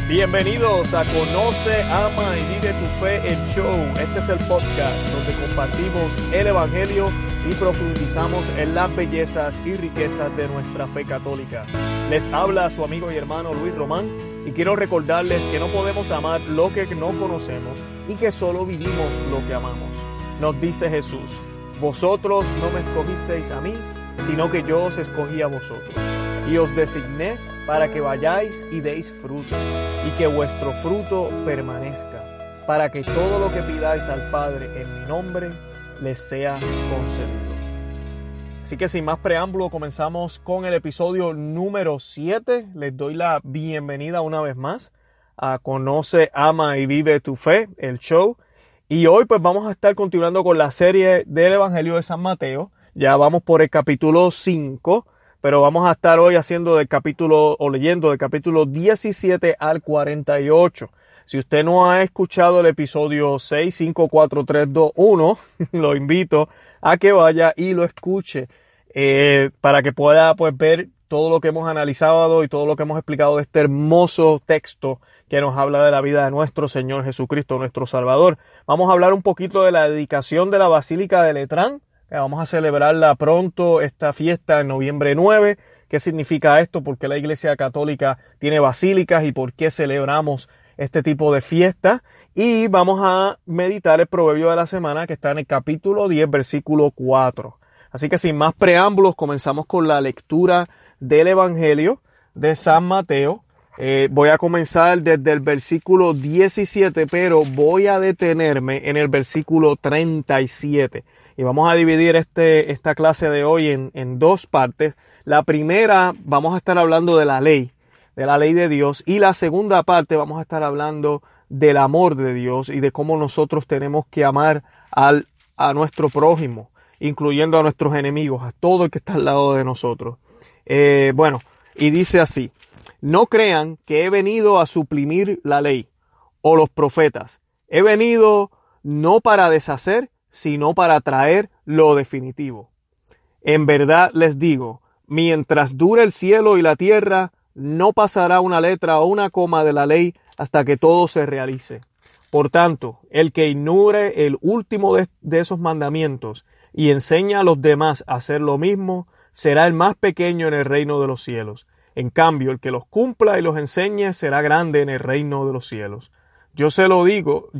Bienvenidos a Conoce, Ama y Vive tu Fe, el show. Este es el podcast donde compartimos el Evangelio y profundizamos en las bellezas y riquezas de nuestra fe católica. Les habla su amigo y hermano Luis Román y quiero recordarles que no podemos amar lo que no conocemos y que solo vivimos lo que amamos. Nos dice Jesús: vosotros no me escogisteis a mí, sino que yo os escogí a vosotros y os designé para que vayáis y deis fruto, y que vuestro fruto permanezca, para que todo lo que pidáis al Padre en mi nombre les sea concedido. Así que sin más preámbulo, comenzamos con el episodio número 7. Les doy la bienvenida una vez más a Conoce, Ama y Vive tu Fe, el show. Y hoy pues vamos a estar continuando con la serie del Evangelio de San Mateo. Ya vamos por el capítulo 5. Pero vamos a estar hoy haciendo leyendo del capítulo 17 al 48. Si usted no ha escuchado el episodio 6, 5, 4, 3, 2, 1, lo invito a que vaya y lo escuche para que pueda pues ver todo lo que hemos analizado y todo lo que hemos explicado de este hermoso texto que nos habla de la vida de nuestro Señor Jesucristo, nuestro Salvador. Vamos a hablar un poquito de la dedicación de la Basílica de Letrán. Vamos a celebrarla pronto, esta fiesta en noviembre 9. ¿Qué significa esto? ¿Por qué la Iglesia Católica tiene basílicas y por qué celebramos este tipo de fiesta? Y vamos a meditar el proverbio de la semana que está en el capítulo 10, versículo 4. Así que sin más preámbulos, comenzamos con la lectura del Evangelio de San Mateo. Voy a comenzar desde el versículo 17, pero voy a detenerme en el versículo 37. Y vamos a dividir esta clase de hoy en dos partes. La primera vamos a estar hablando de la ley de Dios. Y la segunda parte vamos a estar hablando del amor de Dios y de cómo nosotros tenemos que amar a nuestro prójimo, incluyendo a nuestros enemigos, a todo el que está al lado de nosotros. Y dice así: no crean que he venido a suprimir la ley o los profetas. He venido no para deshacer, sino para traer lo definitivo. En verdad les digo, mientras dure el cielo y la tierra, no pasará una letra o una coma de la ley hasta que todo se realice. Por tanto, el que ignore el último de esos mandamientos y enseña a los demás a hacer lo mismo, será el más pequeño en el reino de los cielos. En cambio, el que los cumpla y los enseñe será grande en el reino de los cielos. Yo se lo digo,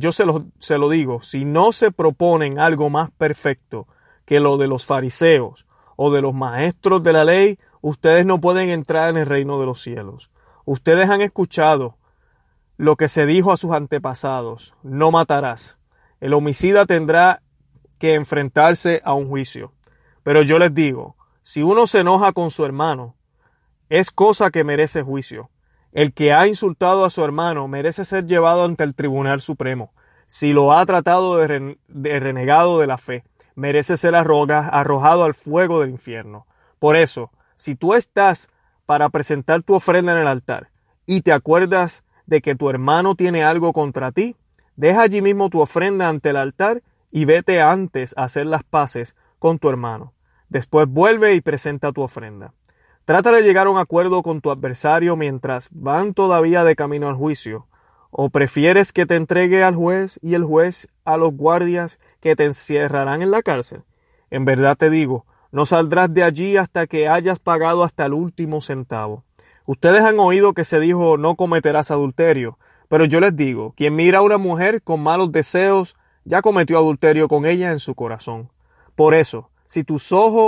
si no se proponen algo más perfecto que lo de los fariseos o de los maestros de la ley, ustedes no pueden entrar en el reino de los cielos. Ustedes han escuchado lo que se dijo a sus antepasados: no matarás. El homicida tendrá que enfrentarse a un juicio. Pero yo les digo, si uno se enoja con su hermano, es cosa que merece juicio. El que ha insultado a su hermano merece ser llevado ante el Tribunal Supremo. Si lo ha tratado de renegado de la fe, merece ser arrojado al fuego del infierno. Por eso, si tú estás para presentar tu ofrenda en el altar y te acuerdas de que tu hermano tiene algo contra ti, deja allí mismo tu ofrenda ante el altar y vete antes a hacer las paces con tu hermano. Después vuelve y presenta tu ofrenda. Trata de llegar a un acuerdo con tu adversario mientras van todavía de camino al juicio. ¿O prefieres que te entregue al juez y el juez a los guardias que te encerrarán en la cárcel? En verdad te digo, no saldrás de allí hasta que hayas pagado hasta el último centavo. Ustedes han oído que se dijo: no cometerás adulterio. Pero yo les digo, quien mira a una mujer con malos deseos, ya cometió adulterio con ella en su corazón. Por eso, si tu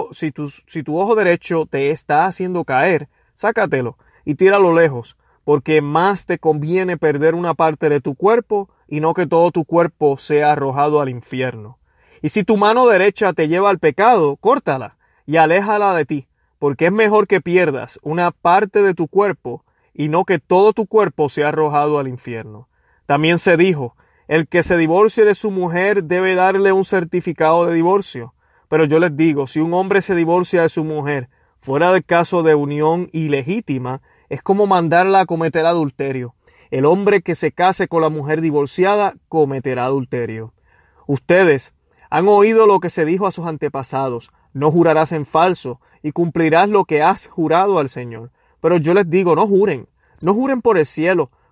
ojo derecho te está haciendo caer, sácatelo y tíralo lejos, porque más te conviene perder una parte de tu cuerpo y no que todo tu cuerpo sea arrojado al infierno. Y si tu mano derecha te lleva al pecado, córtala y aléjala de ti, porque es mejor que pierdas una parte de tu cuerpo y no que todo tu cuerpo sea arrojado al infierno. También se dijo: el que se divorcie de su mujer debe darle un certificado de divorcio. Pero yo les digo, si un hombre se divorcia de su mujer fuera del caso de unión ilegítima, es como mandarla a cometer adulterio. El hombre que se case con la mujer divorciada cometerá adulterio. Ustedes han oído lo que se dijo a sus antepasados: no jurarás en falso y cumplirás lo que has jurado al Señor. Pero yo les digo, no juren por el cielo,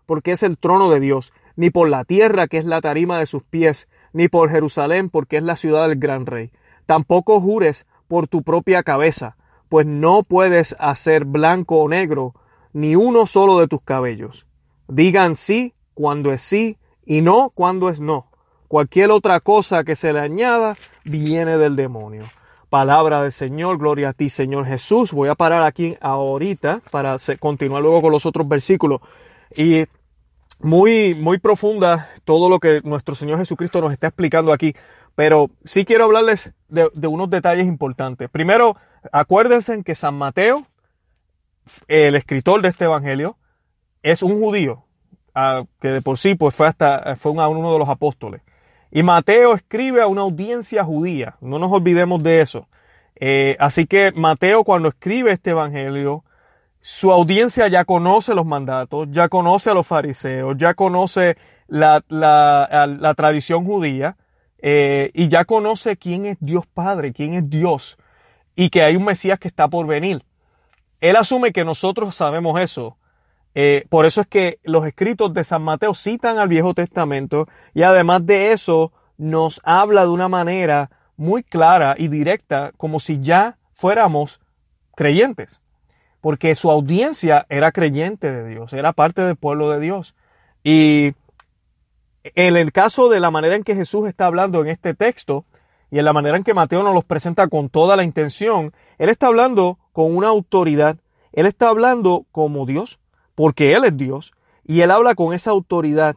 porque es el trono de Dios, ni por la tierra, que es la tarima de sus pies, ni por Jerusalén, porque es la ciudad del gran rey. Tampoco jures por tu propia cabeza, pues no puedes hacer blanco o negro ni uno solo de tus cabellos. Digan sí cuando es sí y no cuando es no. Cualquier otra cosa que se le añada viene del demonio. Palabra del Señor, gloria a ti, Señor Jesús. Voy a parar aquí ahorita para continuar luego con los otros versículos. Y muy profunda todo lo que nuestro Señor Jesucristo nos está explicando aquí. Pero sí quiero hablarles de unos detalles importantes. Primero, acuérdense que San Mateo, el escritor de este evangelio, es un judío, que de por sí pues fue uno de los apóstoles. Y Mateo escribe a una audiencia judía, no nos olvidemos de eso. Así que Mateo, cuando escribe este evangelio, su audiencia ya conoce los mandatos, ya conoce a los fariseos, ya conoce la tradición judía, y ya conoce quién es Dios Padre, quién es Dios, y que hay un Mesías que está por venir. Él asume que nosotros sabemos eso. Por eso es que los escritos de San Mateo citan al Viejo Testamento, y además de eso nos habla de una manera muy clara y directa, como si ya fuéramos creyentes, porque su audiencia era creyente de Dios, era parte del pueblo de Dios. Y en el caso de la manera en que Jesús está hablando en este texto, y en la manera en que Mateo nos los presenta con toda la intención, Él está hablando con una autoridad, Él está hablando como Dios, porque Él es Dios, y Él habla con esa autoridad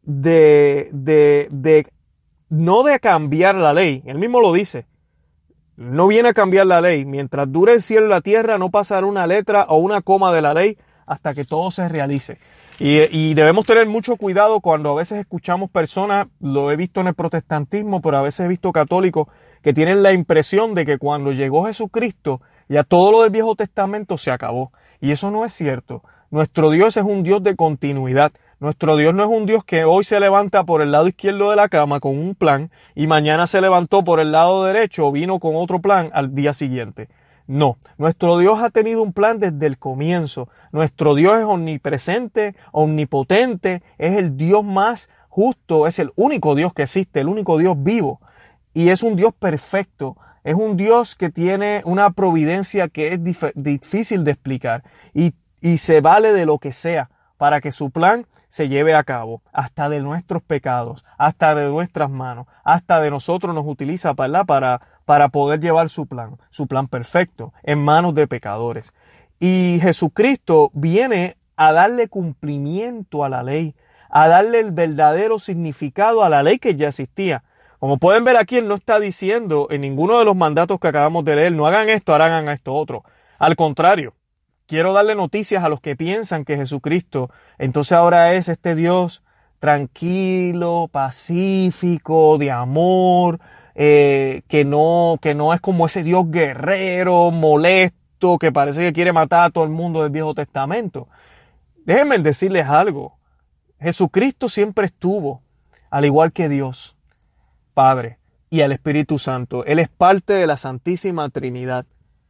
no de cambiar la ley. Él mismo lo dice. No viene a cambiar la ley. Mientras dure el cielo y la tierra, no pasará una letra o una coma de la ley hasta que todo se realice. Y debemos tener mucho cuidado cuando a veces escuchamos personas, lo he visto en el protestantismo, pero a veces he visto católicos que tienen la impresión de que cuando llegó Jesucristo, ya todo lo del Viejo Testamento se acabó. Y eso no es cierto. Nuestro Dios es un Dios de continuidad. Nuestro Dios no es un Dios que hoy se levanta por el lado izquierdo de la cama con un plan y mañana se levantó por el lado derecho o vino con otro plan al día siguiente. No, nuestro Dios ha tenido un plan desde el comienzo. Nuestro Dios es omnipresente, omnipotente, es el Dios más justo, es el único Dios que existe, el único Dios vivo. Y es un Dios perfecto, es un Dios que tiene una providencia que es difícil de explicar y se vale de lo que sea para que su plan se lleve a cabo, hasta de nuestros pecados, hasta de nuestras manos, hasta de nosotros nos utiliza para poder llevar su plan perfecto en manos de pecadores. Y Jesucristo viene a darle cumplimiento a la ley, a darle el verdadero significado a la ley que ya existía. Como pueden ver aquí, Él no está diciendo en ninguno de los mandatos que acabamos de leer, no hagan esto, hagan esto otro. Al contrario, quiero darle noticias a los que piensan que Jesucristo entonces ahora es este Dios tranquilo, pacífico, de amor, que no es como ese Dios guerrero, molesto, que parece que quiere matar a todo el mundo del Viejo Testamento. Déjenme decirles algo. Jesucristo siempre estuvo, al igual que Dios, Padre y el Espíritu Santo. Él es parte de la Santísima Trinidad.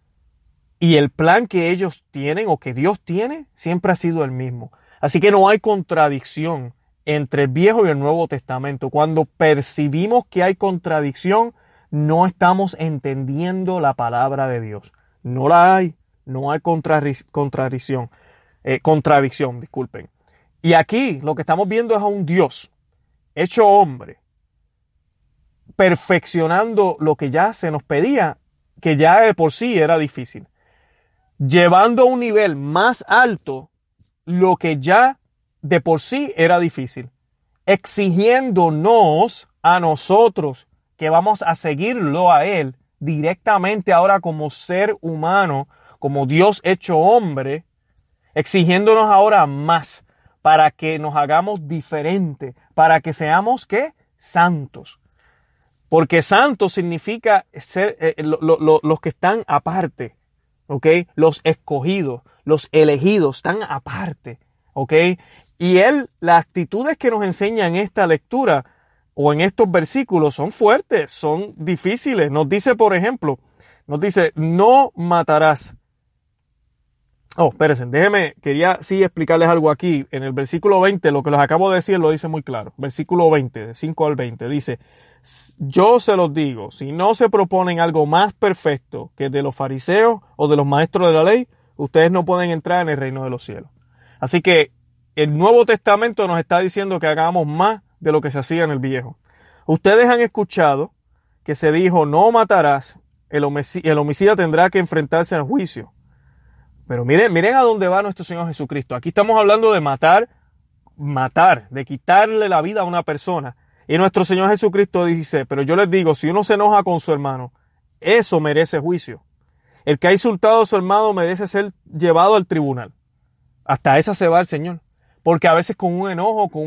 Y el plan que ellos tienen o que Dios tiene siempre ha sido el mismo. Así que no hay contradicción entre el Viejo y el Nuevo Testamento. Cuando percibimos que hay contradicción, no estamos entendiendo la palabra de Dios. No la hay. No hay contradicción. Disculpen. Y aquí lo que estamos viendo es a un Dios hecho hombre, perfeccionando lo que ya se nos pedía, que ya de por sí era difícil, llevando a un nivel más alto lo que ya de por sí era difícil, exigiéndonos a nosotros que vamos a seguirlo a Él directamente ahora como ser humano, como Dios hecho hombre, exigiéndonos ahora más para que nos hagamos diferentes, para que seamos, ¿qué? Santos. Porque santo significa ser los que están aparte. ¿Ok? Los escogidos, los elegidos están aparte. ¿Ok? Y las actitudes que nos enseña en esta lectura o en estos versículos son fuertes, son difíciles. Nos dice, por ejemplo, no matarás. Espérense, quería sí explicarles algo aquí. En el versículo 20, lo que les acabo de decir lo dice muy claro. Versículo 20, de 5 al 20, dice: yo se los digo, si no se proponen algo más perfecto que de los fariseos o de los maestros de la ley, ustedes no pueden entrar en el reino de los cielos. Así que el Nuevo Testamento nos está diciendo que hagamos más de lo que se hacía en el Viejo. Ustedes han escuchado que se dijo: no matarás, el homicida tendrá que enfrentarse al juicio. Pero miren a dónde va nuestro Señor Jesucristo. Aquí estamos hablando de matar, de quitarle la vida a una persona. Y nuestro Señor Jesucristo dice: pero yo les digo, si uno se enoja con su hermano, eso merece juicio. El que ha insultado a su hermano merece ser llevado al tribunal. Hasta esa se va el Señor. Porque a veces con un enojo, con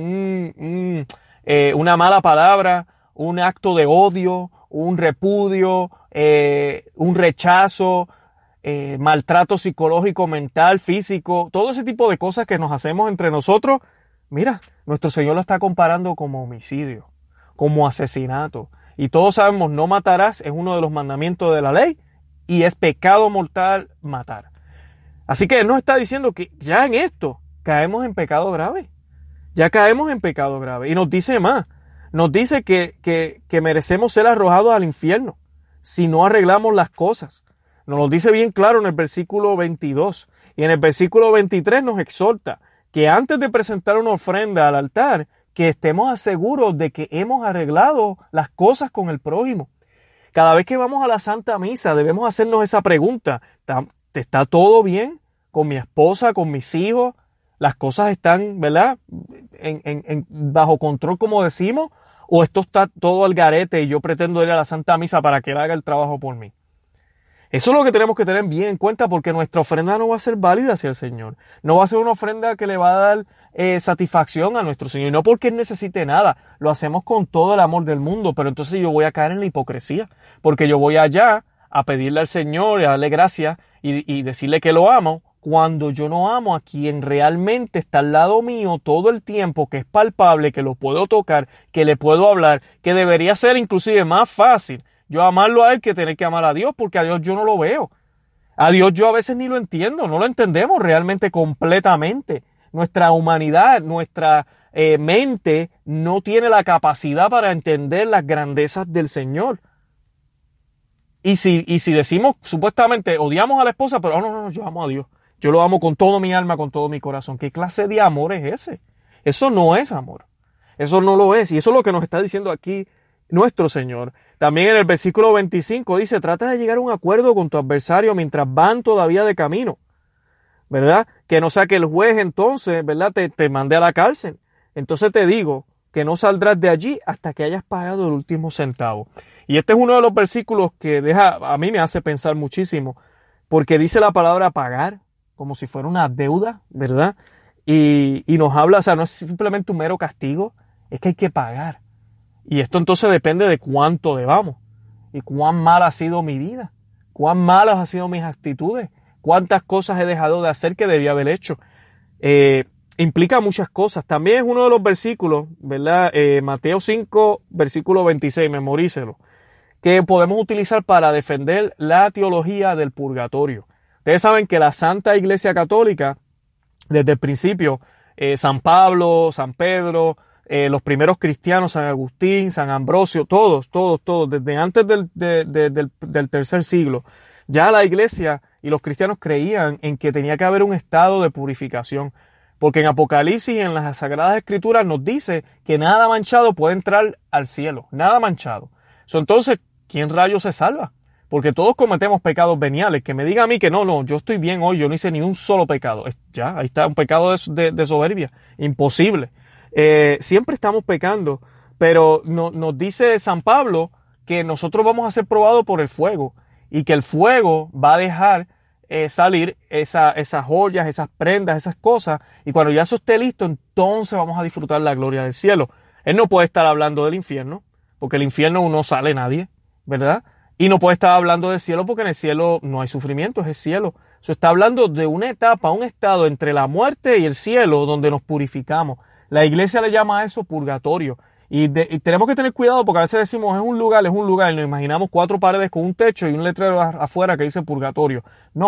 una mala palabra, un acto de odio, un repudio, un rechazo, maltrato psicológico, mental, físico, todo ese tipo de cosas que nos hacemos entre nosotros, mira, nuestro Señor lo está comparando como homicidio, como asesinato. Y todos sabemos, no matarás es uno de los mandamientos de la ley y es pecado mortal matar. Así que Él nos está diciendo que ya en esto caemos en pecado grave. Ya caemos en pecado grave. Y nos dice más, nos dice que merecemos ser arrojados al infierno si no arreglamos las cosas. Nos lo dice bien claro en el versículo 22. Y en el versículo 23 nos exhorta que antes de presentar una ofrenda al altar, que estemos seguros de que hemos arreglado las cosas con el prójimo. Cada vez que vamos a la Santa Misa debemos hacernos esa pregunta: ¿está todo bien con mi esposa, con mis hijos? ¿Las cosas están, verdad, bajo control, como decimos? ¿O esto está todo al garete y yo pretendo ir a la Santa Misa para que Él haga el trabajo por mí? Eso es lo que tenemos que tener bien en cuenta, porque nuestra ofrenda no va a ser válida hacia el Señor. No va a ser una ofrenda que le va a dar satisfacción a nuestro Señor. Y no porque Él necesite nada. Lo hacemos con todo el amor del mundo. Pero entonces yo voy a caer en la hipocresía. Porque yo voy allá a pedirle al Señor y a darle gracias y decirle que lo amo, cuando yo no amo a quien realmente está al lado mío todo el tiempo, que es palpable, que lo puedo tocar, que le puedo hablar, que debería ser inclusive más fácil yo amarlo a Él que tener que amar a Dios, porque a Dios yo no lo veo. A Dios yo a veces ni lo entiendo, no lo entendemos realmente completamente. Nuestra humanidad, nuestra mente no tiene la capacidad para entender las grandezas del Señor. Y si decimos, supuestamente, odiamos a la esposa, pero no, yo amo a Dios. Yo lo amo con todo mi alma, con todo mi corazón. ¿Qué clase de amor es ese? Eso no es amor. Eso no lo es. Y eso es lo que nos está diciendo aquí nuestro Señor. También en el versículo 25 dice: trata de llegar a un acuerdo con tu adversario mientras van todavía de camino, ¿verdad? Que no sea que el juez entonces, ¿verdad?, te mande a la cárcel. Entonces te digo que no saldrás de allí hasta que hayas pagado el último centavo. Y este es uno de los versículos que a mí me hace pensar muchísimo, porque dice la palabra pagar como si fuera una deuda, ¿verdad? Y nos habla, o sea, no es simplemente un mero castigo, es que hay que pagar. Y esto entonces depende de cuánto debamos y cuán mala ha sido mi vida, cuán malas han sido mis actitudes, cuántas cosas he dejado de hacer que debía haber hecho. Implica muchas cosas. También es uno de los versículos, ¿verdad? Mateo 5, versículo 26, memorícelo, que podemos utilizar para defender la teología del purgatorio. Ustedes saben que la Santa Iglesia Católica, desde el principio, San Pablo, San Pedro, los primeros cristianos, San Agustín, San Ambrosio, todos, desde antes del tercer siglo, ya la Iglesia y los cristianos creían en que tenía que haber un estado de purificación. Porque en Apocalipsis y en las Sagradas Escrituras nos dice que nada manchado puede entrar al cielo, nada manchado. Entonces, ¿quién rayos se salva? Porque todos cometemos pecados veniales. Que me diga a mí que no, yo estoy bien hoy, yo no hice ni un solo pecado. Ya, ahí está, un pecado de soberbia. Imposible. Siempre estamos pecando, pero nos dice San Pablo que nosotros vamos a ser probados por el fuego y que el fuego va a dejar salir esas joyas, esas prendas, esas cosas, y cuando ya eso esté listo, entonces vamos a disfrutar la gloria del cielo. Él no puede estar hablando del infierno, porque el infierno no sale nadie, ¿verdad? Y no puede estar hablando del cielo porque en el cielo no hay sufrimiento, es el cielo. Eso está hablando de una etapa, un estado entre la muerte y el cielo donde nos purificamos. La iglesia le llama a eso purgatorio. Y tenemos que tener cuidado porque a veces decimos es un lugar, y nos imaginamos 4 paredes con un techo y un letrero afuera que dice purgatorio. No,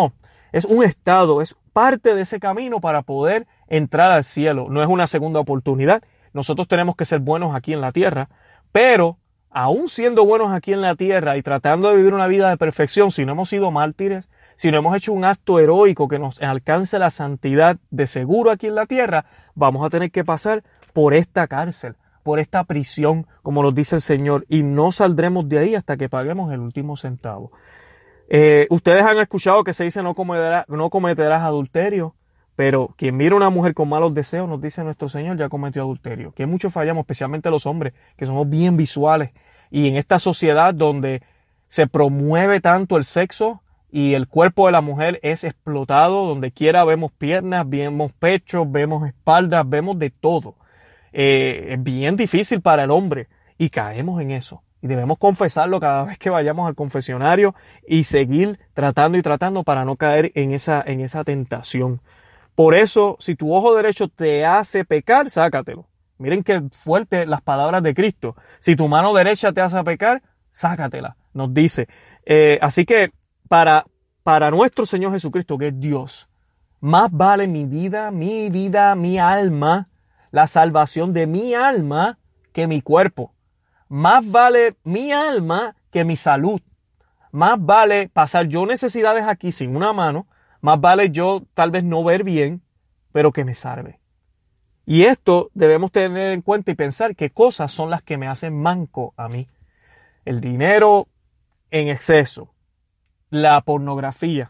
Es un estado, es parte de ese camino para poder entrar al cielo. No es una segunda oportunidad. Nosotros tenemos que ser buenos aquí en la tierra, pero aún siendo buenos aquí en la tierra y tratando de vivir una vida de perfección, si no hemos sido mártires, si no hemos hecho un acto heroico que nos alcance la santidad de seguro aquí en la tierra, vamos a tener que pasar por esta cárcel, por esta prisión, como nos dice el Señor, y no saldremos de ahí hasta que paguemos el último centavo. Ustedes han escuchado que se dice no cometerás adulterio, pero quien mira a una mujer con malos deseos, nos dice nuestro Señor, ya cometió adulterio. Que muchos fallamos, especialmente los hombres, que somos bien visuales. Y en esta sociedad donde se promueve tanto el sexo y el cuerpo de la mujer es explotado, donde quiera vemos piernas, vemos pechos, vemos espaldas, vemos de todo. Es bien difícil para el hombre y caemos en eso. Y debemos confesarlo cada vez que vayamos al confesionario y seguir tratando para no caer en esa tentación. Por eso, si tu ojo derecho te hace pecar, sácatelo. Miren qué fuerte las palabras de Cristo. Si tu mano derecha te hace pecar, sácatela, nos dice. Así que para nuestro Señor Jesucristo, que es Dios, más vale mi vida, mi alma, la salvación de mi alma que mi cuerpo. Más vale mi alma que mi salud. Más vale pasar yo necesidades aquí sin una mano. Más vale yo tal vez no ver bien, pero que me salve. Y esto debemos tener en cuenta y pensar qué cosas son las que me hacen manco a mí. El dinero en exceso, la pornografía,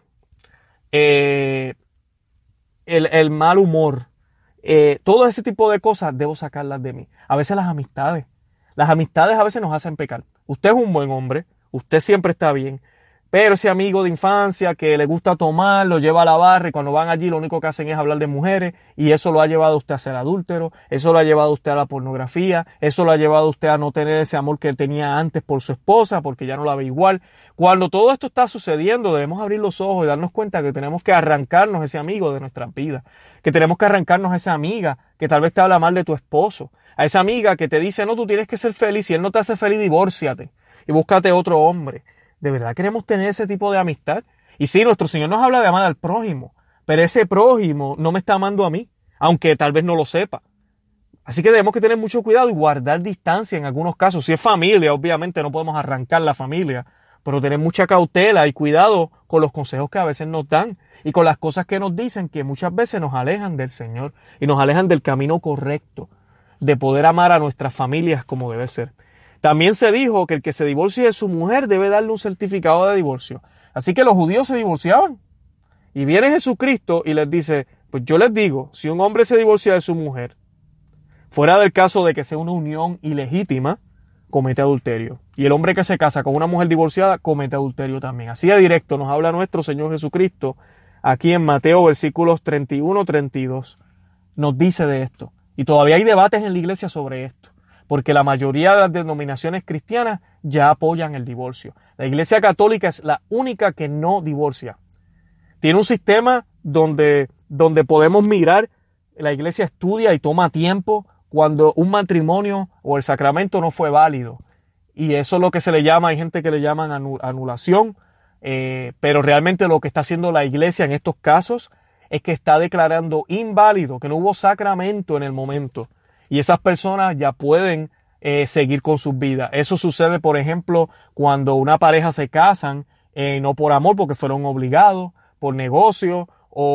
el mal humor, todo ese tipo de cosas debo sacarlas de mí. A veces las amistades. Las amistades a veces nos hacen pecar. Usted es un buen hombre, usted siempre está bien, pero ese amigo de infancia que le gusta tomar, lo lleva a la barra y cuando van allí lo único que hacen es hablar de mujeres y eso lo ha llevado a usted a ser adúltero, eso lo ha llevado a usted a la pornografía, eso lo ha llevado a usted a no tener ese amor que él tenía antes por su esposa porque ya no la ve igual. Cuando todo esto está sucediendo debemos abrir los ojos y darnos cuenta que tenemos que arrancarnos ese amigo de nuestras vidas, que tenemos que arrancarnos a esa amiga que tal vez te habla mal de tu esposo, a esa amiga que te dice no, tú tienes que ser feliz, si él no te hace feliz, divórciate y búscate otro hombre. ¿De verdad queremos tener ese tipo de amistad? Y sí, nuestro Señor nos habla de amar al prójimo, pero ese prójimo no me está amando a mí, aunque tal vez no lo sepa. Así que debemos que tener mucho cuidado y guardar distancia en algunos casos. Si es familia, obviamente no podemos arrancar la familia, pero tener mucha cautela y cuidado con los consejos que a veces nos dan y con las cosas que nos dicen que muchas veces nos alejan del Señor y nos alejan del camino correcto de poder amar a nuestras familias como debe ser. También se dijo que el que se divorcie de su mujer debe darle un certificado de divorcio. Así que los judíos se divorciaban. Y viene Jesucristo y les dice, pues yo les digo, si un hombre se divorcia de su mujer, fuera del caso de que sea una unión ilegítima, comete adulterio. Y el hombre que se casa con una mujer divorciada comete adulterio también. Así de directo nos habla nuestro Señor Jesucristo aquí en Mateo versículos 31-32. Nos dice de esto. Y todavía hay debates en la iglesia sobre esto, porque la mayoría de las denominaciones cristianas ya apoyan el divorcio. La Iglesia Católica es la única que no divorcia. Tiene un sistema donde podemos mirar, la Iglesia estudia y toma tiempo cuando un matrimonio o el sacramento no fue válido. Y eso es lo que se le llama, hay gente que le llaman anulación, pero realmente lo que está haciendo la Iglesia en estos casos es que está declarando inválido, que no hubo sacramento en el momento. Y esas personas ya pueden seguir con sus vidas. Eso sucede, por ejemplo, cuando una pareja se casan, no por amor, porque fueron obligados, por negocio,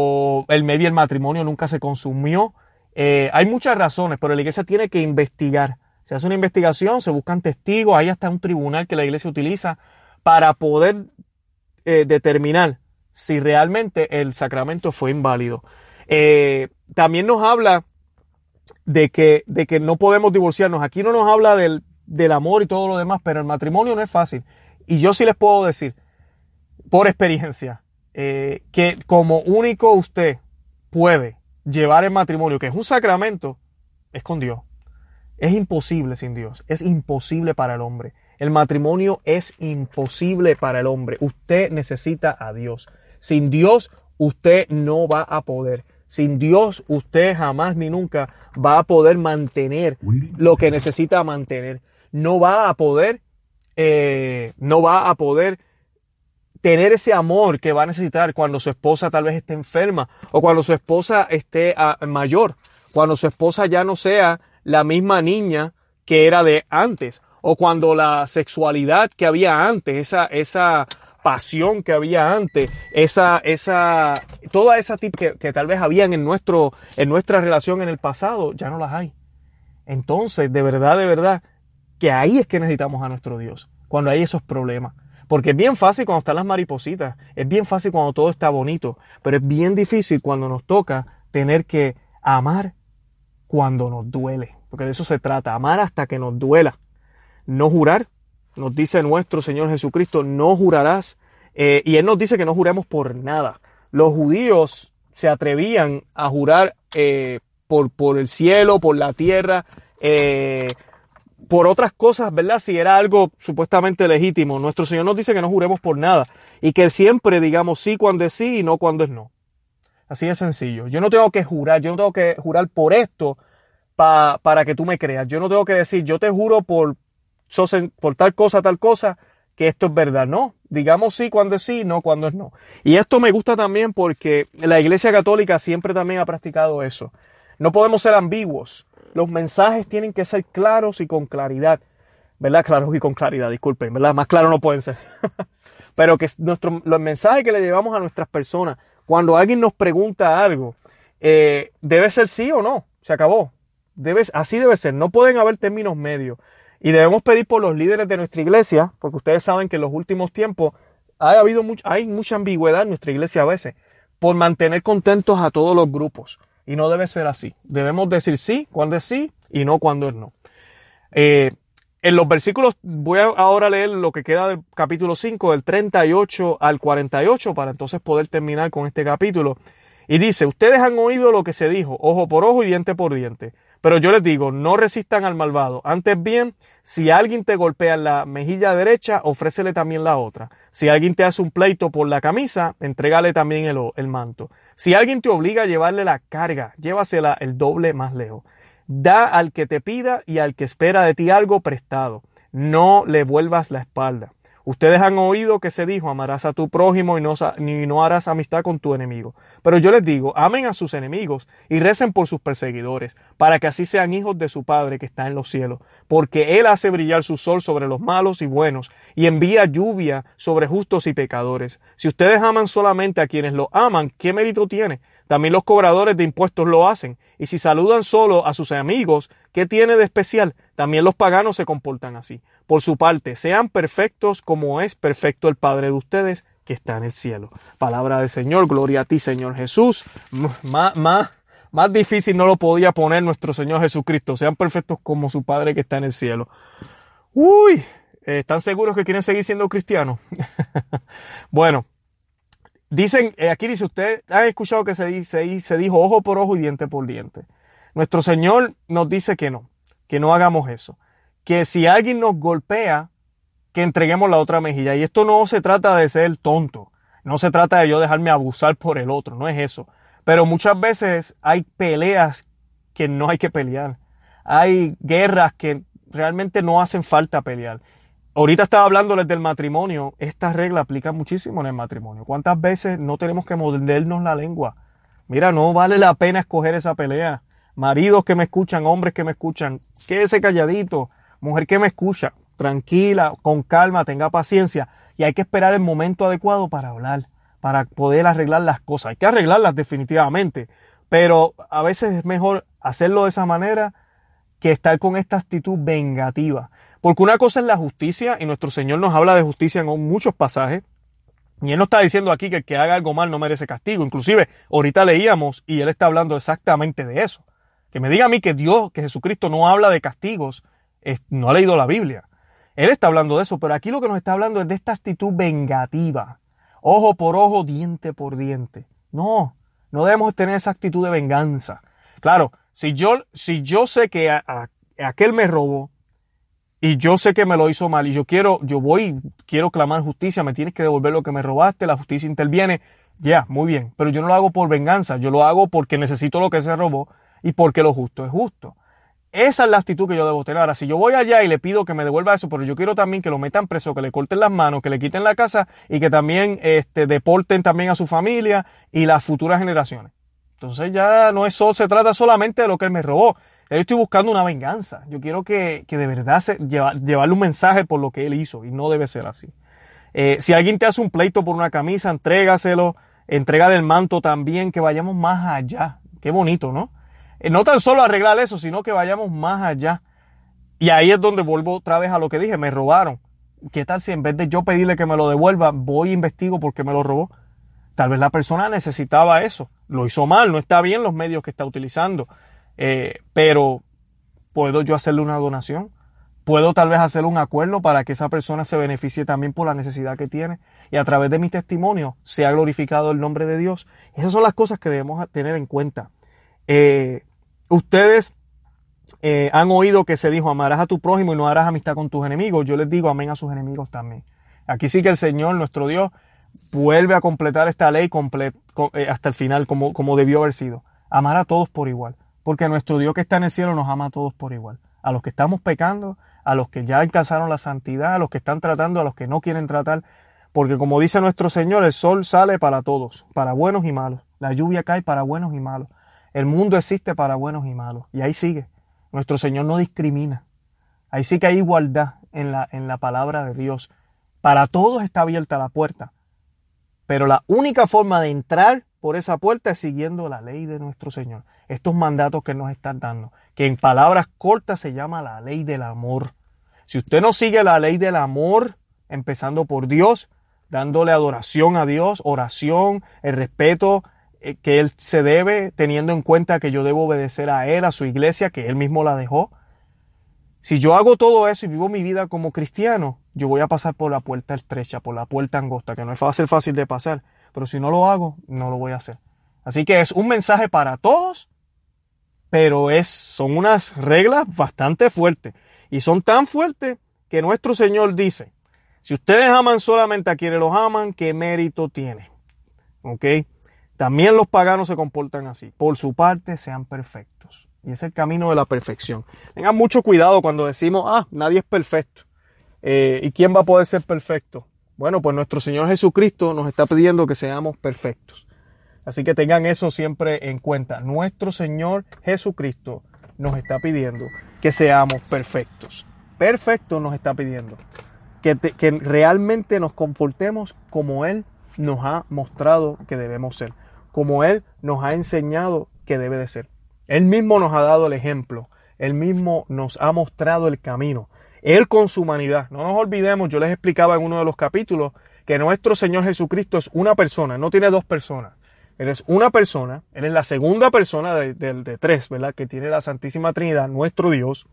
o el medio del matrimonio nunca se consumió. Hay muchas razones, pero la iglesia tiene que investigar. Se hace una investigación, se buscan testigos, hay hasta un tribunal que la iglesia utiliza para poder determinar si realmente el sacramento fue inválido. También nos habla de que no podemos divorciarnos. Aquí no nos habla del amor y todo lo demás, pero el matrimonio no es fácil. Y yo sí les puedo decir, por experiencia, que como único usted puede llevar el matrimonio, que es un sacramento, es con Dios. Es imposible sin Dios. Es imposible para el hombre. El matrimonio es imposible para el hombre. Usted necesita a Dios. Sin Dios, usted no va a poder. Sin Dios, usted jamás ni nunca va a poder mantener lo que necesita mantener. No va a poder tener ese amor que va a necesitar cuando su esposa tal vez esté enferma o cuando su esposa esté mayor, cuando su esposa ya no sea la misma niña que era de antes, o cuando la sexualidad que había antes, esa pasión que había antes, toda esa tipo que tal vez habían en nuestra relación en el pasado, ya no las hay. Entonces, de verdad, que ahí es que necesitamos a nuestro Dios, cuando hay esos problemas. Porque es bien fácil cuando están las maripositas, es bien fácil cuando todo está bonito, pero es bien difícil cuando nos toca tener que amar cuando nos duele. Porque de eso se trata, amar hasta que nos duela. No jurar, nos dice nuestro Señor Jesucristo, no jurarás. Y Él nos dice que no juremos por nada. Los judíos se atrevían a jurar por el cielo, por la tierra, por otras cosas, ¿verdad? Si era algo supuestamente legítimo. Nuestro Señor nos dice que no juremos por nada y que siempre digamos sí cuando es sí y no cuando es no. Así de sencillo. Yo no tengo que jurar por esto para que tú me creas. Yo no tengo que decir, yo te juro por tal cosa, que esto es verdad. No, digamos sí cuando es sí, no cuando es no. Y esto me gusta también porque la Iglesia Católica siempre también ha practicado eso. No podemos ser ambiguos. Los mensajes tienen que ser claros y con claridad. ¿Verdad? Claros y con claridad, disculpen, ¿verdad? Más claros no pueden ser. Pero que los mensajes que le llevamos a nuestras personas, cuando alguien nos pregunta algo, debe ser sí o no. Se acabó. Así debe ser. No pueden haber términos medios. Y debemos pedir por los líderes de nuestra iglesia, porque ustedes saben que en los últimos tiempos hay mucha ambigüedad en nuestra iglesia a veces, por mantener contentos a todos los grupos. Y no debe ser así. Debemos decir sí cuando es sí y no cuando es no. En los versículos, voy a ahora leer lo que queda del capítulo 5, del 38 al 48, para entonces poder terminar con este capítulo. Y dice, ustedes han oído lo que se dijo, ojo por ojo y diente por diente. Pero yo les digo, no resistan al malvado. Antes bien, si alguien te golpea en la mejilla derecha, ofrécele también la otra. Si alguien te hace un pleito por la camisa, entrégale también el manto. Si alguien te obliga a llevarle la carga, llévasela el doble más lejos. Da al que te pida y al que espera de ti algo prestado. No le vuelvas la espalda. Ustedes han oído que se dijo, amarás a tu prójimo y no harás amistad con tu enemigo. Pero yo les digo, amen a sus enemigos y recen por sus perseguidores, para que así sean hijos de su Padre que está en los cielos. Porque Él hace brillar su sol sobre los malos y buenos, y envía lluvia sobre justos y pecadores. Si ustedes aman solamente a quienes lo aman, ¿qué mérito tiene? También los cobradores de impuestos lo hacen. Y si saludan solo a sus amigos, ¿qué tiene de especial? También los paganos se comportan así. Por su parte, sean perfectos como es perfecto el Padre de ustedes que está en el cielo. Palabra del Señor, gloria a ti, Señor Jesús. Más difícil no lo podía poner nuestro Señor Jesucristo. Sean perfectos como su Padre que está en el cielo. Uy, ¿están seguros que quieren seguir siendo cristianos? Bueno. Aquí dice, ustedes han escuchado que se dijo ojo por ojo y diente por diente. Nuestro Señor nos dice que no hagamos eso. Que si alguien nos golpea, que entreguemos la otra mejilla. Y esto no se trata de ser tonto. No se trata de yo dejarme abusar por el otro. No es eso. Pero muchas veces hay peleas que no hay que pelear. Hay guerras que realmente no hacen falta pelear. Ahorita estaba hablándoles del matrimonio. Esta regla aplica muchísimo en el matrimonio. ¿Cuántas veces no tenemos que mordernos la lengua? Mira, no vale la pena escoger esa pelea. Maridos que me escuchan, hombres que me escuchan, quédese calladito. Mujer que me escucha, tranquila, con calma, tenga paciencia. Y hay que esperar el momento adecuado para hablar, para poder arreglar las cosas. Hay que arreglarlas definitivamente. Pero a veces es mejor hacerlo de esa manera que estar con esta actitud vengativa. Porque una cosa es la justicia, y nuestro Señor nos habla de justicia en muchos pasajes, y Él no está diciendo aquí que el que haga algo mal no merece castigo. Inclusive, ahorita leíamos, y Él está hablando exactamente de eso. Que me diga a mí que Jesucristo no habla de castigos, no ha leído la Biblia. Él está hablando de eso, pero aquí lo que nos está hablando es de esta actitud vengativa. Ojo por ojo, diente por diente. No debemos tener esa actitud de venganza. Claro, si yo sé que aquel me robó, y yo sé que me lo hizo mal y quiero clamar justicia, me tienes que devolver lo que me robaste, la justicia interviene, muy bien, pero yo no lo hago por venganza, yo lo hago porque necesito lo que se robó y porque lo justo es justo. Esa es la actitud que yo debo tener. Ahora, si yo voy allá y le pido que me devuelva eso, pero yo quiero también que lo metan preso, que le corten las manos, que le quiten la casa y que también deporten también a su familia y las futuras generaciones. Entonces ya no eso se trata solamente de lo que él me robó. Yo estoy buscando una venganza. Yo quiero que de verdad llevarle un mensaje por lo que él hizo y no debe ser así. Si alguien te hace un pleito por una camisa, entrégaselo, entrégale el manto también, que vayamos más allá. Qué bonito, ¿no? No tan solo arreglar eso, sino que vayamos más allá. Y ahí es donde vuelvo otra vez a lo que dije, me robaron. ¿Qué tal si en vez de yo pedirle que me lo devuelva, voy e investigo por qué me lo robó? Tal vez la persona necesitaba eso. Lo hizo mal, no está bien los medios que está utilizando. Pero ¿puedo yo hacerle una donación? ¿Puedo tal vez hacer un acuerdo para que esa persona se beneficie también por la necesidad que tiene? Y a través de mi testimonio sea glorificado el nombre de Dios. Esas son las cosas que debemos tener en cuenta. Ustedes han oído que se dijo, amarás a tu prójimo y no harás amistad con tus enemigos. Yo les digo amén a sus enemigos también. Aquí sí que el Señor, nuestro Dios, vuelve a completar esta ley hasta el final, como debió haber sido. Amar a todos por igual. Porque nuestro Dios que está en el cielo nos ama a todos por igual. A los que estamos pecando, a los que ya alcanzaron la santidad, a los que están tratando, a los que no quieren tratar. Porque como dice nuestro Señor, el sol sale para todos, para buenos y malos. La lluvia cae para buenos y malos. El mundo existe para buenos y malos. Y ahí sigue. Nuestro Señor no discrimina. Ahí sí que hay igualdad en la palabra de Dios. Para todos está abierta la puerta. Pero la única forma de entrar por esa puerta es siguiendo la ley de nuestro Señor. Estos mandatos que nos están dando, que en palabras cortas se llama la ley del amor. Si usted no sigue la ley del amor, empezando por Dios, dándole adoración a Dios, oración, el respeto que Él se debe, teniendo en cuenta que yo debo obedecer a Él, a su iglesia, que Él mismo la dejó. Si yo hago todo eso y vivo mi vida como cristiano, yo voy a pasar por la puerta estrecha, por la puerta angosta, que no es fácil de pasar. Pero si no lo hago, no lo voy a hacer. Así que es un mensaje para todos, pero son unas reglas bastante fuertes. Y son tan fuertes que nuestro Señor dice, si ustedes aman solamente a quienes los aman, ¿qué mérito tiene? ¿Ok? También los paganos se comportan así. Por su parte, sean perfectos. Y es el camino de la perfección. Tengan mucho cuidado cuando decimos, nadie es perfecto. ¿Y quién va a poder ser perfecto? Bueno, pues nuestro Señor Jesucristo nos está pidiendo que seamos perfectos. Así que tengan eso siempre en cuenta. Nuestro Señor Jesucristo nos está pidiendo que seamos perfectos. Perfecto nos está pidiendo. Que realmente nos comportemos como Él nos ha mostrado que debemos ser. Como Él nos ha enseñado que debe de ser. Él mismo nos ha dado el ejemplo. Él mismo nos ha mostrado el camino. Él con su humanidad. No nos olvidemos, yo les explicaba en uno de los capítulos que nuestro Señor Jesucristo es una persona, no tiene dos personas. Él es una persona, Él es la segunda persona de tres, ¿verdad? Que tiene la Santísima Trinidad, nuestro Dios.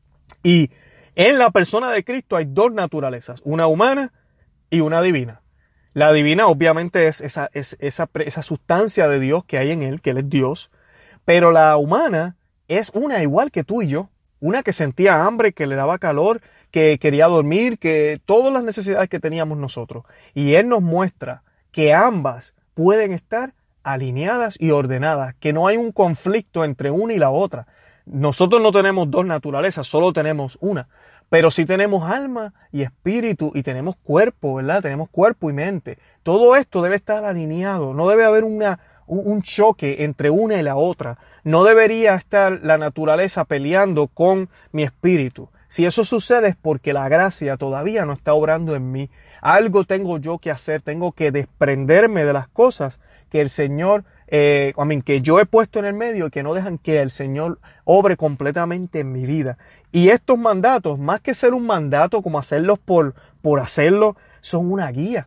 Y en la persona de Cristo hay dos naturalezas, una humana y una divina. La divina obviamente es esa sustancia de Dios que hay en Él, que Él es Dios. Pero la humana es una igual que tú y yo. Una que sentía hambre, que le daba calor, que quería dormir, que todas las necesidades que teníamos nosotros. Y Él nos muestra que ambas pueden estar alineadas y ordenadas, que no hay un conflicto entre una y la otra. Nosotros no tenemos dos naturalezas, solo tenemos una. Pero sí tenemos alma y espíritu y tenemos cuerpo, ¿verdad? Tenemos cuerpo y mente. Todo esto debe estar alineado. No debe haber un choque entre una y la otra. No debería estar la naturaleza peleando con mi espíritu. Si eso sucede es porque la gracia todavía no está obrando en mí. Algo tengo yo que hacer. Tengo que desprenderme de las cosas que el Señor, que yo he puesto en el medio y que no dejan que el Señor obre completamente en mi vida. Y estos mandatos, más que ser un mandato como hacerlos por hacerlo, son una guía.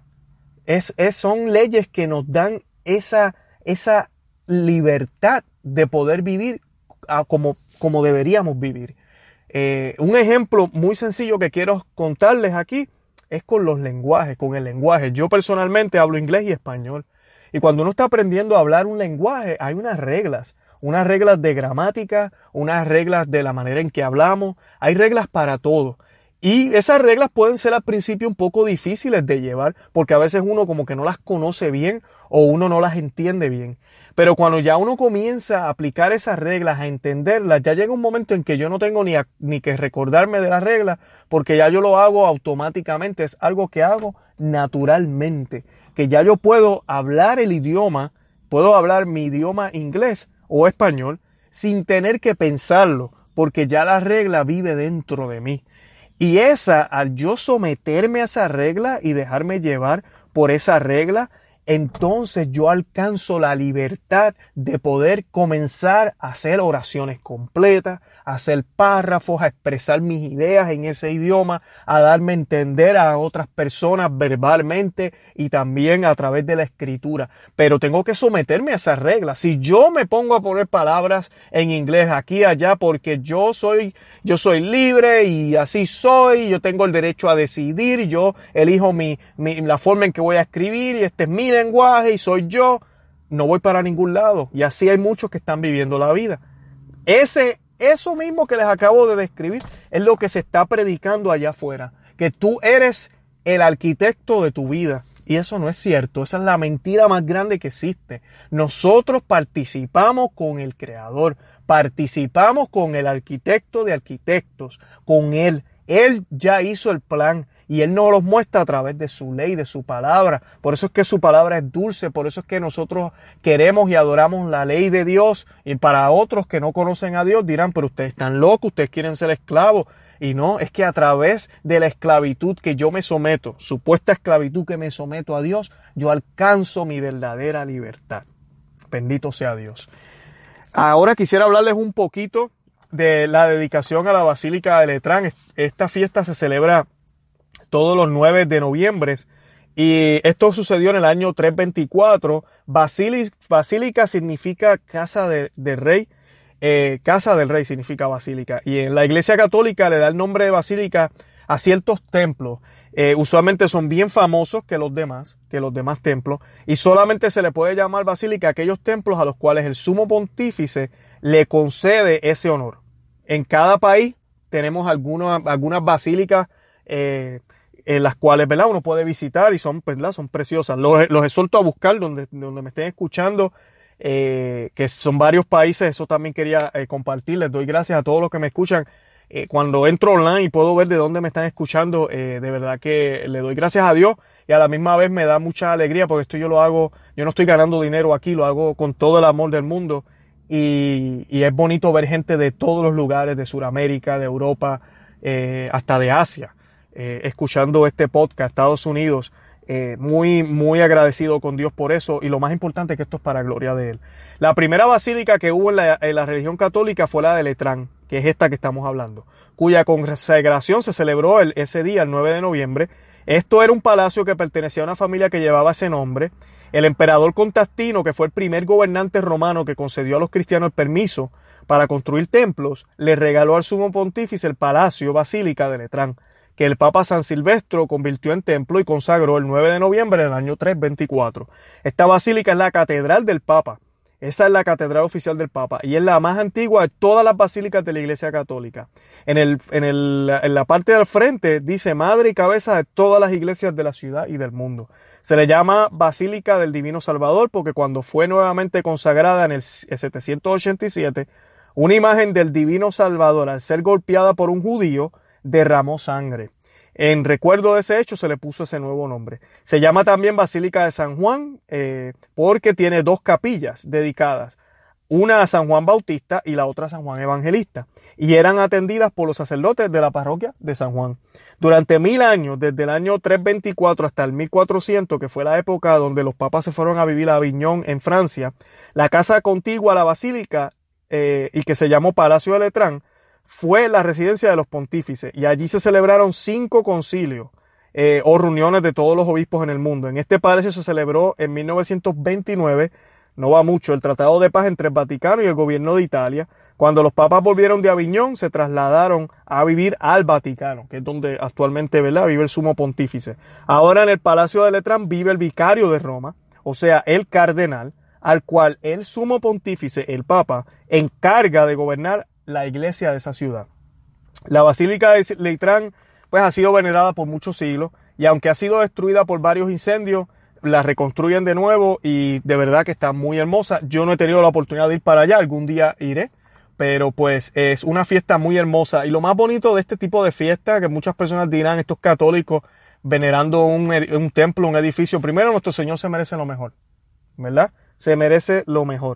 Son leyes que nos dan esa libertad de poder vivir como deberíamos vivir. Un ejemplo muy sencillo que quiero contarles aquí es con los lenguajes, con el lenguaje. Yo personalmente hablo inglés y español. Y cuando uno está aprendiendo a hablar un lenguaje, hay unas reglas de gramática, unas reglas de la manera en que hablamos. Hay reglas para todo. Y esas reglas pueden ser al principio un poco difíciles de llevar porque a veces uno como que no las conoce bien o uno no las entiende bien. Pero cuando ya uno comienza a aplicar esas reglas, a entenderlas, ya llega un momento en que yo no tengo ni que recordarme de las reglas, porque ya yo lo hago automáticamente, es algo que hago naturalmente, que ya yo puedo hablar el idioma, puedo hablar mi idioma inglés o español sin tener que pensarlo, porque ya la regla vive dentro de mí. Y al yo someterme a esa regla y dejarme llevar por esa regla, entonces yo alcanzo la libertad de poder comenzar a hacer oraciones completas, a hacer párrafos, a expresar mis ideas en ese idioma, a darme a entender a otras personas verbalmente y también a través de la escritura. Pero tengo que someterme a esas reglas. Si yo me pongo a poner palabras en inglés aquí y allá porque yo soy libre y así soy, yo tengo el derecho a decidir y yo elijo la forma en que voy a escribir y este es mi lenguaje y soy yo, no voy para ningún lado. Y así hay muchos que están viviendo la vida. Eso mismo que les acabo de describir es lo que se está predicando allá afuera, que tú eres el arquitecto de tu vida. Y eso no es cierto, esa es la mentira más grande que existe. Nosotros participamos con el Creador, participamos con el arquitecto de arquitectos, con Él. Él ya hizo el plan y Él nos los muestra a través de su ley, de su palabra. Por eso es que su palabra es dulce, por eso es que nosotros queremos y adoramos la ley de Dios. Y para otros que no conocen a Dios dirán, pero ustedes están locos, ustedes quieren ser esclavos. Y no, es que a través de la esclavitud que yo me someto, supuesta esclavitud que me someto a Dios, yo alcanzo mi verdadera libertad. Bendito sea Dios. Ahora quisiera hablarles un poquito de la dedicación a la Basílica de Letrán. Esta fiesta se celebra todos los 9 de noviembre y esto sucedió en el año 324. Basílica significa casa del rey. Casa del rey significa basílica. Y en la Iglesia Católica le da el nombre de basílica a ciertos templos. Usualmente son bien famosos que los demás templos. Y solamente se le puede llamar basílica a aquellos templos a los cuales el sumo pontífice le concede ese honor. En cada país tenemos algunas basílicas en las cuales, ¿verdad?, uno puede visitar y son, ¿verdad?, son preciosas. Los exhorto a buscar donde me estén escuchando, que son varios países. Eso también quería compartir. Les doy gracias a todos los que me escuchan. Cuando entro online y puedo ver de dónde me están escuchando, de verdad que le doy gracias a Dios y a la misma vez me da mucha alegría porque esto yo lo hago, yo no estoy ganando dinero aquí, lo hago con todo el amor del mundo y es bonito ver gente de todos los lugares, de Sudamérica, de Europa, hasta de Asia, escuchando este podcast, Estados Unidos. Muy, muy agradecido con Dios por eso y lo más importante es que esto es para gloria de Él. La primera basílica que hubo en la religión católica fue la de Letrán, que es esta que estamos hablando, cuya consagración se celebró ese día, el 9 de noviembre. Esto era un palacio que pertenecía a una familia que llevaba ese nombre. El emperador Constantino, que fue el primer gobernante romano que concedió a los cristianos el permiso para construir templos, le regaló al sumo pontífice el palacio basílica de Letrán, que el Papa San Silvestro convirtió en templo y consagró el 9 de noviembre del año 324. Esta basílica es la catedral del Papa. Esa es la catedral oficial del Papa y es la más antigua de todas las basílicas de la Iglesia Católica. En la parte del frente dice madre y cabeza de todas las iglesias de la ciudad y del mundo. Se le llama Basílica del Divino Salvador porque cuando fue nuevamente consagrada en el 787, una imagen del Divino Salvador, al ser golpeada por un judío, derramó sangre. En recuerdo de ese hecho se le puso ese nuevo nombre. Se llama también Basílica de San Juan porque tiene 2 capillas dedicadas, una a San Juan Bautista y la otra a San Juan Evangelista, y eran atendidas por los sacerdotes de la parroquia de San Juan. Durante 1000 años, desde el año 324 hasta el 1400, que fue la época donde los papas se fueron a vivir a Aviñón en Francia, la casa contigua a la basílica y que se llamó Palacio de Letrán, fue la residencia de los pontífices y allí se celebraron 5 concilios o reuniones de todos los obispos en el mundo. En este palacio se celebró en 1929, no va mucho, el Tratado de Paz entre el Vaticano y el gobierno de Italia. Cuando los papas volvieron de Aviñón, se trasladaron a vivir al Vaticano, que es donde actualmente, ¿verdad?, vive el sumo pontífice. Ahora en el Palacio de Letrán vive el vicario de Roma, o sea, el cardenal, al cual el sumo pontífice, el papa, encarga de gobernar la iglesia de esa ciudad. La Basílica de Letrán pues ha sido venerada por muchos siglos y aunque ha sido destruida por varios incendios, la reconstruyen de nuevo y de verdad que está muy hermosa. Yo no he tenido la oportunidad de ir para allá, algún día iré, pero pues es una fiesta muy hermosa. Y lo más bonito de este tipo de fiesta, que muchas personas dirán, estos católicos venerando un templo, un edificio, primero nuestro Señor se merece lo mejor, ¿verdad? Se merece lo mejor.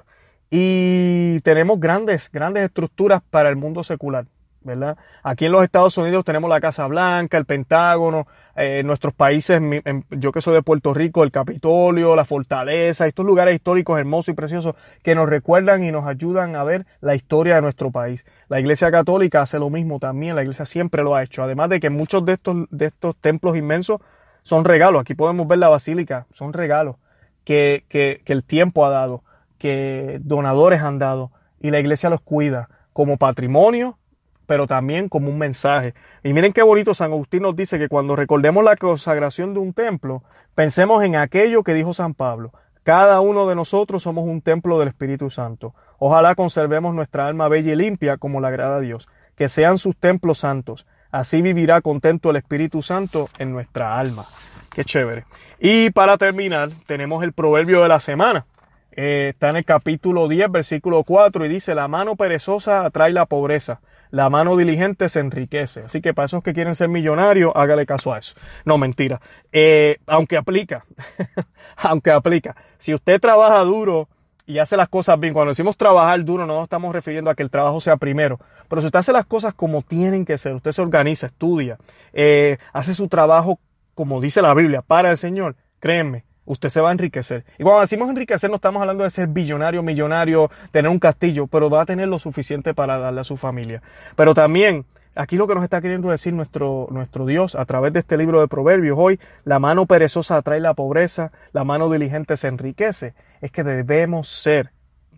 Y tenemos grandes estructuras para el mundo secular, ¿verdad? Aquí en los Estados Unidos tenemos la Casa Blanca, el Pentágono, nuestros países, yo que soy de Puerto Rico, el Capitolio, la Fortaleza, estos lugares históricos hermosos y preciosos que nos recuerdan y nos ayudan a ver la historia de nuestro país. La Iglesia Católica hace lo mismo también, la Iglesia siempre lo ha hecho, además de que muchos de estos templos inmensos son regalos. Aquí podemos ver la Basílica, son regalos que el tiempo ha dado, que donadores han dado y la iglesia los cuida como patrimonio, pero también como un mensaje. Y miren qué bonito, San Agustín nos dice que cuando recordemos la consagración de un templo, pensemos en aquello que dijo San Pablo. Cada uno de nosotros somos un templo del Espíritu Santo. Ojalá conservemos nuestra alma bella y limpia como le agrada a Dios. Que sean sus templos santos. Así vivirá contento el Espíritu Santo en nuestra alma. Qué chévere. Y para terminar, tenemos el proverbio de la semana. Está en el capítulo 10, versículo 4, y dice: la mano perezosa atrae la pobreza, la mano diligente se enriquece. Así que para esos que quieren ser millonarios, hágale caso a eso. No, mentira. Aunque aplica, aunque aplica. Si usted trabaja duro y hace las cosas bien, cuando decimos trabajar duro no nos estamos refiriendo a que el trabajo sea primero, pero si usted hace las cosas como tienen que ser, usted se organiza, estudia, hace su trabajo como dice la Biblia, para el Señor, créanme, usted se va a enriquecer. Y cuando decimos enriquecer, no estamos hablando de ser billonario, millonario, tener un castillo, pero va a tener lo suficiente para darle a su familia. Pero también, aquí lo que nos está queriendo decir nuestro Dios a través de este libro de Proverbios hoy: la mano perezosa atrae la pobreza, la mano diligente se enriquece. Es que debemos ser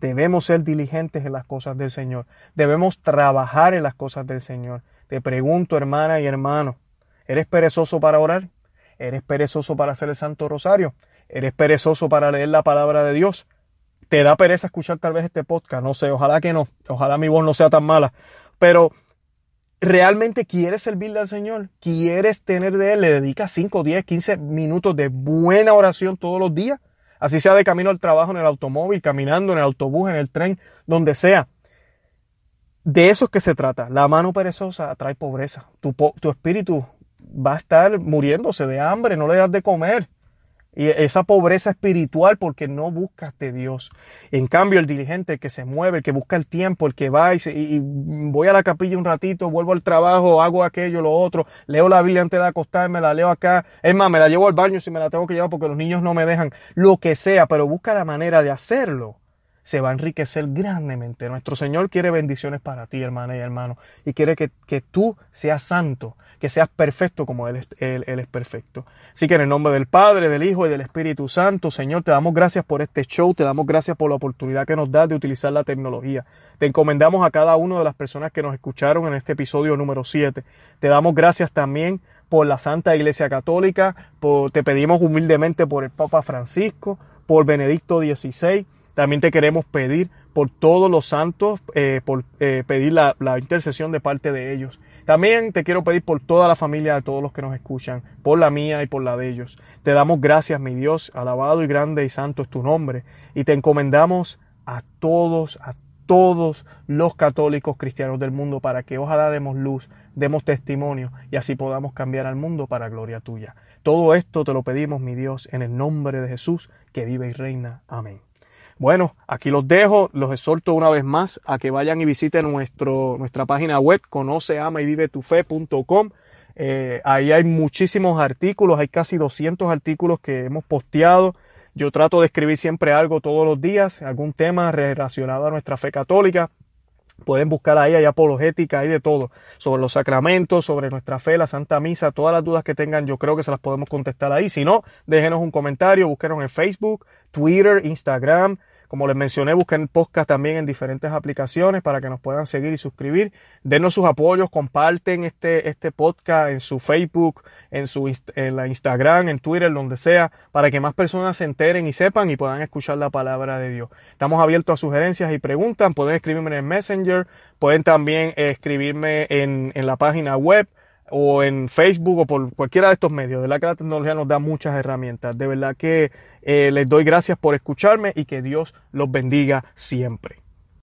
diligentes en las cosas del Señor. Debemos trabajar en las cosas del Señor. Te pregunto, hermana y hermano, ¿eres perezoso para orar? ¿Eres perezoso para hacer el Santo Rosario? ¿Eres perezoso para leer la palabra de Dios? ¿Te da pereza escuchar tal vez este podcast? No sé, ojalá que no. Ojalá mi voz no sea tan mala. Pero, ¿realmente quieres servirle al Señor? ¿Quieres tener de Él? ¿Le dedicas 5, 10, 15 minutos de buena oración todos los días? Así sea de camino al trabajo, en el automóvil, caminando, en el autobús, en el tren, donde sea. De eso es que se trata. La mano perezosa atrae pobreza. Tu espíritu va a estar muriéndose de hambre, no le das de comer. Y esa pobreza espiritual porque no buscas de Dios. En cambio, el diligente, el que se mueve, el que busca el tiempo, el que va y voy a la capilla un ratito, vuelvo al trabajo, hago aquello, lo otro, leo la Biblia antes de acostarme, la leo acá. Es más, me la llevo al baño si me la tengo que llevar porque los niños no me dejan. Lo que sea, pero busca la manera de hacerlo. Se va a enriquecer grandemente. Nuestro Señor quiere bendiciones para ti, hermana y hermano. Y quiere que tú seas santo, que seas perfecto como Él es perfecto. Así que en el nombre del Padre, del Hijo y del Espíritu Santo, Señor, te damos gracias por este show, te damos gracias por la oportunidad que nos das de utilizar la tecnología. Te encomendamos a cada una de las personas que nos escucharon en este episodio número 7. Te damos gracias también por la Santa Iglesia Católica, te pedimos humildemente por el Papa Francisco, por Benedicto XVI. También te queremos pedir por todos los santos, pedir la intercesión de parte de ellos. También te quiero pedir por toda la familia de todos los que nos escuchan, por la mía y por la de ellos. Te damos gracias, mi Dios, alabado y grande y santo es tu nombre. Y te encomendamos a todos los católicos cristianos del mundo para que ojalá demos luz, demos testimonio y así podamos cambiar al mundo para gloria tuya. Todo esto te lo pedimos, mi Dios, en el nombre de Jesús, que vive y reina. Amén. Bueno, aquí los dejo, los exhorto una vez más a que vayan y visiten nuestra página web, conoceamayvivetufe.com. Ahí hay muchísimos artículos, hay casi 200 artículos que hemos posteado. Yo trato de escribir siempre algo todos los días, algún tema relacionado a nuestra fe católica. Pueden buscar ahí, hay apologética, hay de todo, sobre los sacramentos, sobre nuestra fe, la Santa Misa, todas las dudas que tengan, yo creo que se las podemos contestar ahí. Si no, déjenos un comentario, búsquenos en Facebook, Twitter, Instagram. Como les mencioné, busquen podcast también en diferentes aplicaciones para que nos puedan seguir y suscribir. Denos sus apoyos, comparten este podcast en su Facebook, en la Instagram, en Twitter, donde sea, para que más personas se enteren y sepan y puedan escuchar la palabra de Dios. Estamos abiertos a sugerencias y preguntas. Pueden escribirme en el Messenger, pueden también escribirme en la página web. o en Facebook o por cualquiera de estos medios. De verdad que la tecnología nos da muchas herramientas. De verdad que les doy gracias por escucharme y que Dios los bendiga siempre.